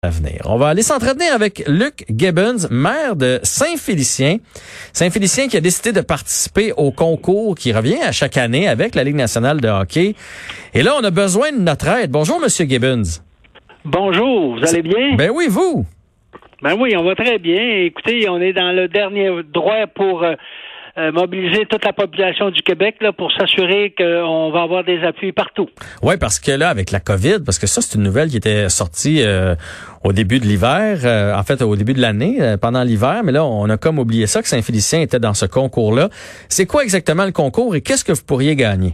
À venir. On va aller s'entretenir avec Luc Gibbons, maire de Saint-Félicien. Saint-Félicien qui a décidé de participer au concours qui revient à chaque année avec la Ligue nationale de hockey. Et là, on a besoin de notre aide. Bonjour, Monsieur Gibbons. Bonjour, vous allez bien? Ben oui, vous? Ben oui, on va très bien. Écoutez, on est dans le dernier droit pour mobiliser toute la population du Québec là, pour s'assurer qu'on va avoir des appuis partout. Oui, parce que là, avec la COVID, parce que ça, c'est une nouvelle qui était sortie au début de l'hiver, en fait, au début de l'année, pendant l'hiver, mais là, on a comme oublié ça, que Saint-Félicien était dans ce concours-là. C'est quoi exactement le concours et qu'est-ce que vous pourriez gagner?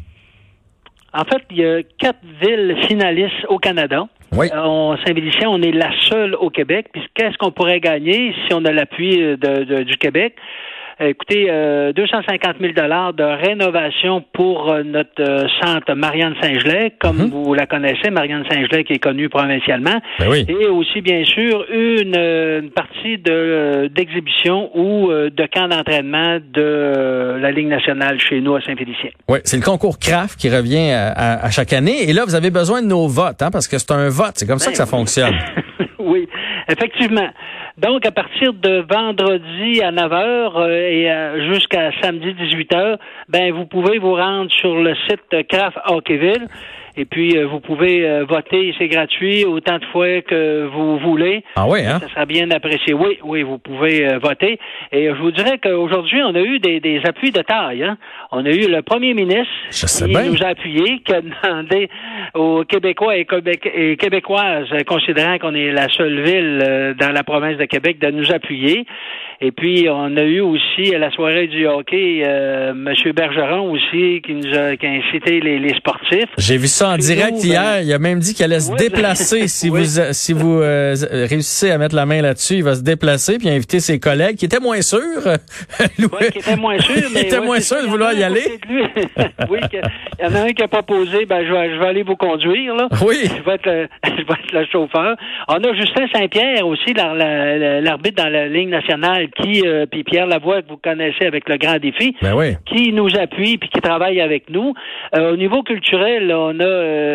En fait, il y a 4 villes finalistes au Canada. Oui. Saint-Félicien, on est la seule au Québec. Puis qu'est-ce qu'on pourrait gagner si on a l'appui du Québec? Écoutez, 250 000 $ de rénovation pour notre centre Marianne Saint-Gelais, comme vous la connaissez, Marianne Saint-Gelais qui est connue provincialement. Ben oui. Et aussi, bien sûr, une partie d'exhibition ou de camp d'entraînement de la Ligue nationale chez nous à Saint-Félicien. Oui, c'est le concours CRAF qui revient à chaque année. Et là, vous avez besoin de nos votes, hein, parce que c'est un vote. C'est comme ça que ça fonctionne. Oui, effectivement. Donc, à partir de vendredi à 9h et jusqu'à samedi 18h, ben vous pouvez vous rendre sur le site CRAF Hockeyville. Et puis, vous pouvez voter, c'est gratuit, autant de fois que vous voulez. Ah oui, hein? Ça sera bien apprécié. Oui, vous pouvez voter. Et je vous dirais qu'aujourd'hui, on a eu des appuis de taille. Hein? On a eu le premier ministre qui nous a appuyés, qui a demandé aux Québécois et Québécoises, considérant qu'on est la seule ville dans la province de Québec, de nous appuyer. Et puis, on a eu aussi à la soirée du hockey, M. Bergeron aussi, qui a incité les sportifs. J'ai vu ça en direct hier. Il a même dit qu'il allait se déplacer. Si vous réussissez à mettre la main là-dessus, il va se déplacer puis inviter ses collègues qui étaient moins sûrs. Oui, qui étaient moins sûrs. Mais il était moins sûr de vouloir y aller. Oui, il y en a un qui n'a pas posé. Ben, je vais aller vous conduire, là. Oui. Je vais être le chauffeur. On a Justin Saint-Pierre aussi, l'arbitre dans la Ligue nationale, puis Pierre Lavoie, que vous connaissez avec le Grand Défi, ben oui, qui nous appuie puis qui travaille avec nous. Au niveau culturel, là, on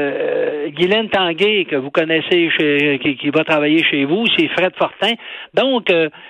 a Guylaine Tanguay, que vous connaissez, qui va travailler chez vous, c'est Fred Fortin. Donc,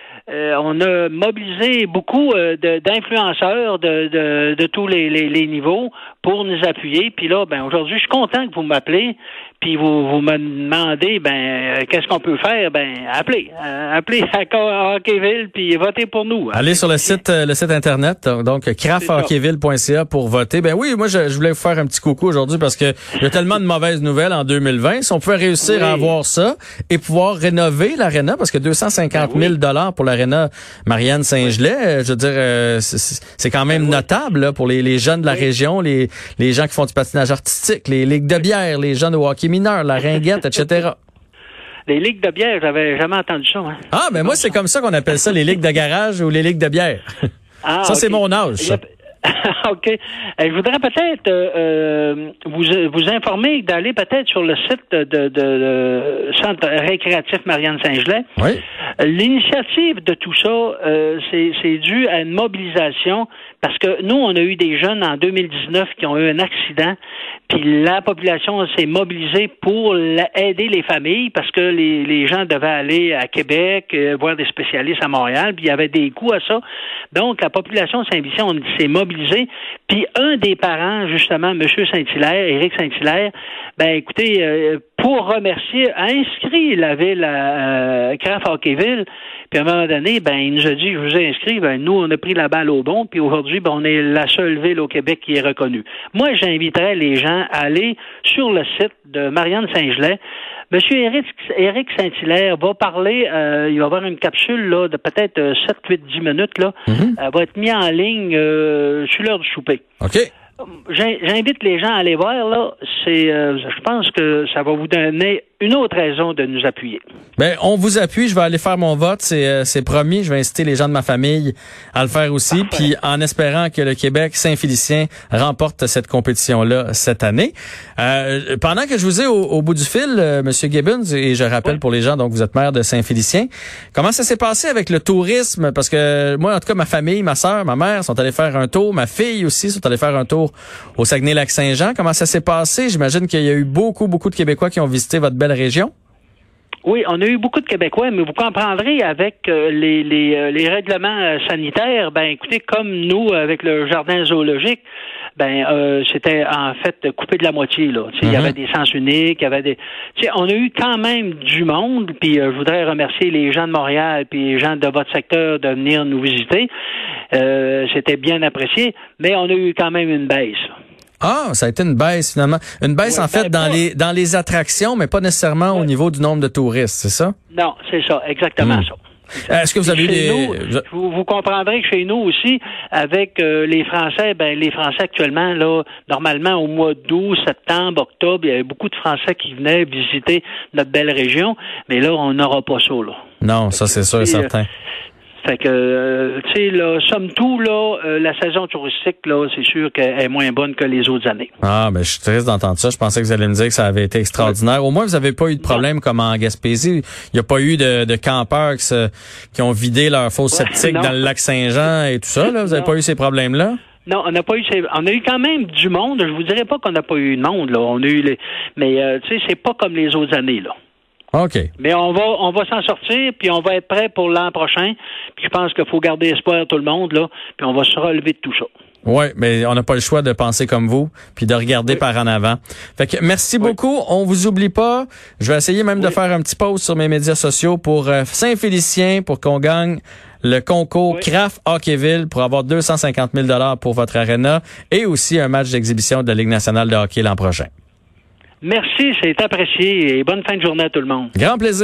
on a mobilisé beaucoup d'influenceurs de tous les niveaux pour nous appuyer. Puis là, ben aujourd'hui, je suis content que vous m'appelez. Puis vous me demandez, qu'est-ce qu'on peut faire? Appelez à Hockeyville, puis votez pour nous. Allez sur le site internet, donc crafhockeyville.ca pour voter. Ben oui, moi je voulais vous faire un petit coucou aujourd'hui parce que il y a tellement de mauvaises nouvelles en 2020. Si on pouvait réussir à avoir ça et pouvoir rénover l'aréna, parce que 250 000 $ pour l'aréna Marianne Saint-Gelais, je veux dire, c'est quand même notable là, pour les jeunes de la région, les gens qui font du patinage artistique, les ligues de bière, les jeunes de hockey mineur, la ringuette, etc. Les ligues de bière, j'avais jamais entendu ça. Hein? Ah, ben moi, c'est comme ça qu'on appelle ça, les ligues de garage ou les ligues de bière. Ah, ça, okay. C'est mon âge, ça. OK. Je voudrais peut-être vous informer d'aller peut-être sur le site de Centre récréatif Marianne Saint-Gelais. Oui. L'initiative de tout ça, c'est dû à une mobilisation parce que nous, on a eu des jeunes en 2019 qui ont eu un accident, puis la population s'est mobilisée pour aider les familles parce que les gens devaient aller à Québec, voir des spécialistes à Montréal, puis il y avait des coûts à ça. Donc, la population de Saint-Félicien s'est mobilisée, puis un des parents, justement, M. Saint-Hilaire, Éric Saint-Hilaire, écoutez, pour remercier, a inscrit la ville à CRAF Hockeyville, puis à un moment donné, il nous a dit, je vous ai inscrit, nous, on a pris la balle au bon, puis aujourd'hui, on est la seule ville au Québec qui est reconnue. Moi, j'inviterais les gens à aller sur le site de Marianne Saint-Gelais. Monsieur Éric Saint-Hilaire va parler, il va avoir une capsule là, de peut-être 7, 8, 10 minutes, là, va être mis en ligne sur l'heure du souper. OK. J'invite les gens à aller voir, là. Je pense que ça va vous donner une autre raison de nous appuyer. On vous appuie. Je vais aller faire mon vote. C'est promis. Je vais inciter les gens de ma famille à le faire aussi. Puis en espérant que le Québec Saint-Félicien remporte cette compétition-là cette année. Pendant que je vous ai au bout du fil, Monsieur Gibbons, et je rappelle pour les gens, donc vous êtes maire de Saint-Félicien, comment ça s'est passé avec le tourisme? Parce que moi, en tout cas, ma famille, ma sœur, ma mère sont allés faire un tour. Ma fille aussi sont allés faire un tour au Saguenay-Lac-Saint-Jean. Comment ça s'est passé? J'imagine qu'il y a eu beaucoup de Québécois qui ont visité votre belle région. Oui, on a eu beaucoup de Québécois, mais vous comprendrez avec les règlements sanitaires, ben écoutez, comme nous avec le jardin zoologique, c'était en fait coupé de la moitié là. Tu sais, il y avait des sens uniques, il y avait des. Tu sais, on a eu quand même du monde. Puis je voudrais remercier les gens de Montréal puis les gens de votre secteur de venir nous visiter. C'était bien apprécié, mais on a eu quand même une baisse. Ah, ça a été une baisse finalement. Une baisse en fait dans les attractions, mais pas nécessairement au niveau du nombre de touristes, c'est ça? Non, c'est ça, exactement ça. Est-ce que vous avez eu des... Vous comprendrez que chez nous aussi, avec les Français, les Français actuellement, là, normalement au mois d'août, septembre, octobre, il y avait beaucoup de Français qui venaient visiter notre belle région, mais là, on n'aura pas ça, là. Non, ça c'est sûr et certain. Fait que, tu sais, là, somme tout, là, la saison touristique, là, c'est sûr qu'elle est moins bonne que les autres années. Ah, ben, je suis triste d'entendre ça. Je pensais que vous alliez me dire que ça avait été extraordinaire. Au moins, vous n'avez pas eu de problème comme en Gaspésie. Il n'y a pas eu de campeurs qui ont vidé leur fosse septique dans le lac Saint-Jean et tout ça, là. Vous n'avez pas eu ces problèmes-là? Non, on n'a pas eu. On a eu quand même du monde. Je vous dirais pas qu'on n'a pas eu de monde, là. On a eu mais, tu sais, c'est pas comme les autres années, là. OK. Mais on va s'en sortir, puis on va être prêt pour l'an prochain. Puis je pense qu'il faut garder espoir tout le monde, là, puis on va se relever de tout ça. Oui, mais on n'a pas le choix de penser comme vous, puis de regarder par en avant. Fait que merci beaucoup. On vous oublie pas. Je vais essayer même de faire un petit post sur mes médias sociaux pour Saint-Félicien, pour qu'on gagne le concours Kraft Hockeyville pour avoir 250 000 $ pour votre aréna et aussi un match d'exhibition de la Ligue nationale de hockey l'an prochain. Merci, c'est apprécié et bonne fin de journée à tout le monde. Grand plaisir.